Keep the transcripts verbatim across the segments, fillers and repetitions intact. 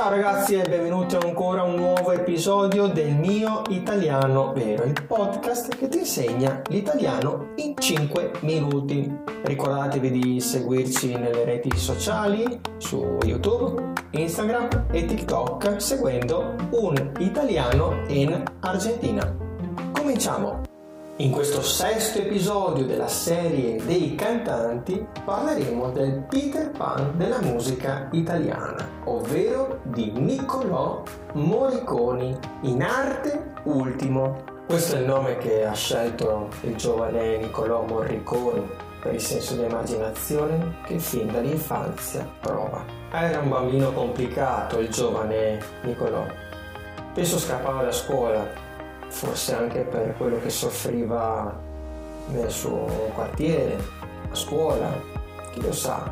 Ciao ragazzi e benvenuti ancora a un nuovo episodio del mio Italiano Vero, il podcast che ti insegna l'italiano in cinque minuti. Ricordatevi di seguirci nelle reti sociali su YouTube, Instagram e TikTok seguendo un italiano in Argentina. Cominciamo! In questo sesto episodio della serie dei cantanti parleremo del Peter Pan della musica italiana, ovvero di Niccolò Morricone, in arte ultimo. Questo è il nome che ha scelto il giovane Niccolò Morricone per il senso di immaginazione che fin dall'infanzia prova. Era un bambino complicato il giovane Niccolò. Spesso scappava da scuola, forse anche per quello che soffriva nel suo quartiere, a scuola, chi lo sa.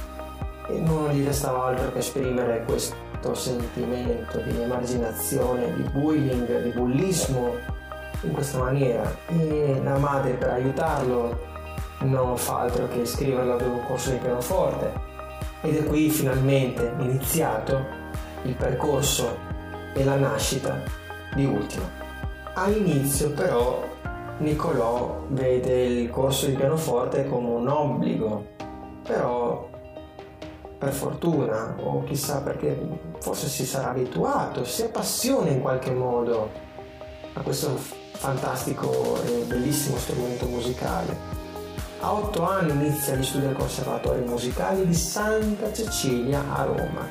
E non gli restava altro che esprimere questo sentimento di emarginazione, di bullying, di bullismo in questa maniera. E la madre, per aiutarlo, non fa altro che iscriverlo ad un corso di pianoforte. Ed è qui finalmente iniziato il percorso e la nascita di Ultimo. All'inizio però Niccolò vede il corso di pianoforte come un obbligo, però per fortuna, o chissà perché, forse si sarà abituato, si appassiona in qualche modo a questo fantastico e bellissimo strumento musicale. A otto anni inizia gli studi al Conservatorio Musicale di Santa Cecilia a Roma,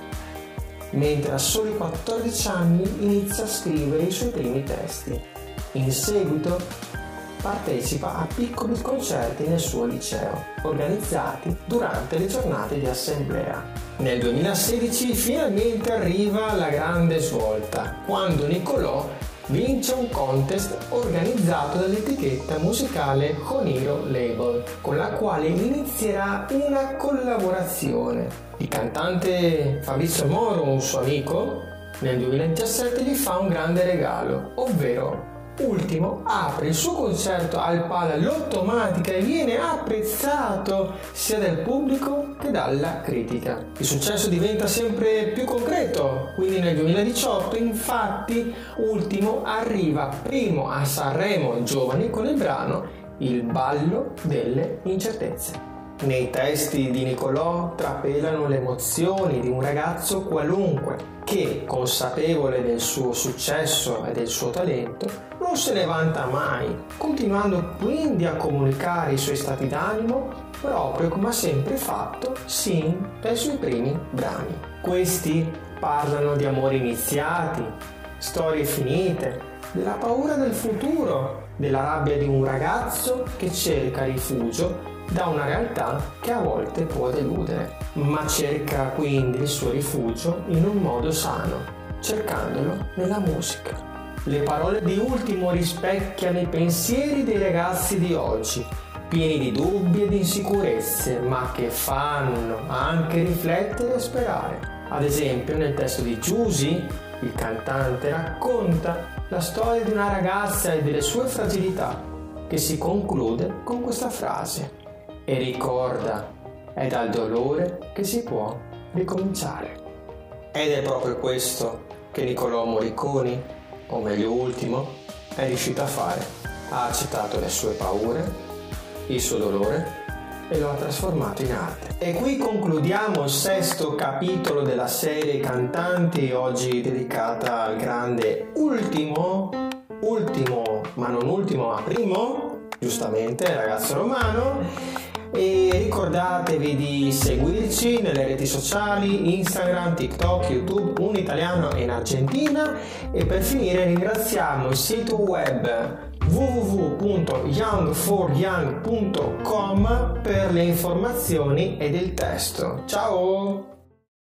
mentre a soli quattordici anni inizia a scrivere i suoi primi testi. In seguito partecipa a piccoli concerti nel suo liceo, organizzati durante le giornate di assemblea. Nel duemilasedici finalmente arriva la grande svolta, quando Niccolò vince un contest organizzato dall'etichetta musicale Honiro Label, con la quale inizierà una collaborazione. Il cantante Fabrizio Moro, un suo amico, nel duemiladiciassette gli fa un grande regalo, ovvero Ultimo apre il suo concerto al Pala Lottomatica e viene apprezzato sia dal pubblico che dalla critica. Il successo diventa sempre più concreto, quindi nel duemiladiciotto infatti Ultimo arriva primo a Sanremo Giovani con il brano Il ballo delle incertezze. Nei testi di Niccolò trapelano le emozioni di un ragazzo qualunque che, consapevole del suo successo e del suo talento, non se ne vanta mai, continuando quindi a comunicare i suoi stati d'animo proprio come ha sempre fatto sin dai suoi primi brani. Questi parlano di amori iniziati, storie finite, della paura del futuro, della rabbia di un ragazzo che cerca rifugio da una realtà che a volte può deludere, ma cerca quindi il suo rifugio in un modo sano, cercandolo nella musica. Le parole di Ultimo rispecchiano i pensieri dei ragazzi di oggi, pieni di dubbi e di insicurezze, ma che fanno anche riflettere e sperare. Ad esempio, nel testo di Giusy, il cantante racconta la storia di una ragazza e delle sue fragilità, che si conclude con questa frase: e ricorda, è dal dolore che si può ricominciare. Ed è proprio questo che Niccolò Morricone, o meglio Ultimo, è riuscito a fare. Ha accettato le sue paure, il suo dolore e lo ha trasformato in arte. E qui concludiamo il sesto capitolo della serie Cantanti, oggi dedicata al grande Ultimo, ultimo ma non ultimo ma primo, giustamente, ragazzo romano. E ricordatevi di seguirci nelle reti sociali Instagram, TikTok, YouTube, un italiano in Argentina. E per finire ringraziamo il sito web w w w punto young for young punto com per le informazioni ed il testo. Ciao!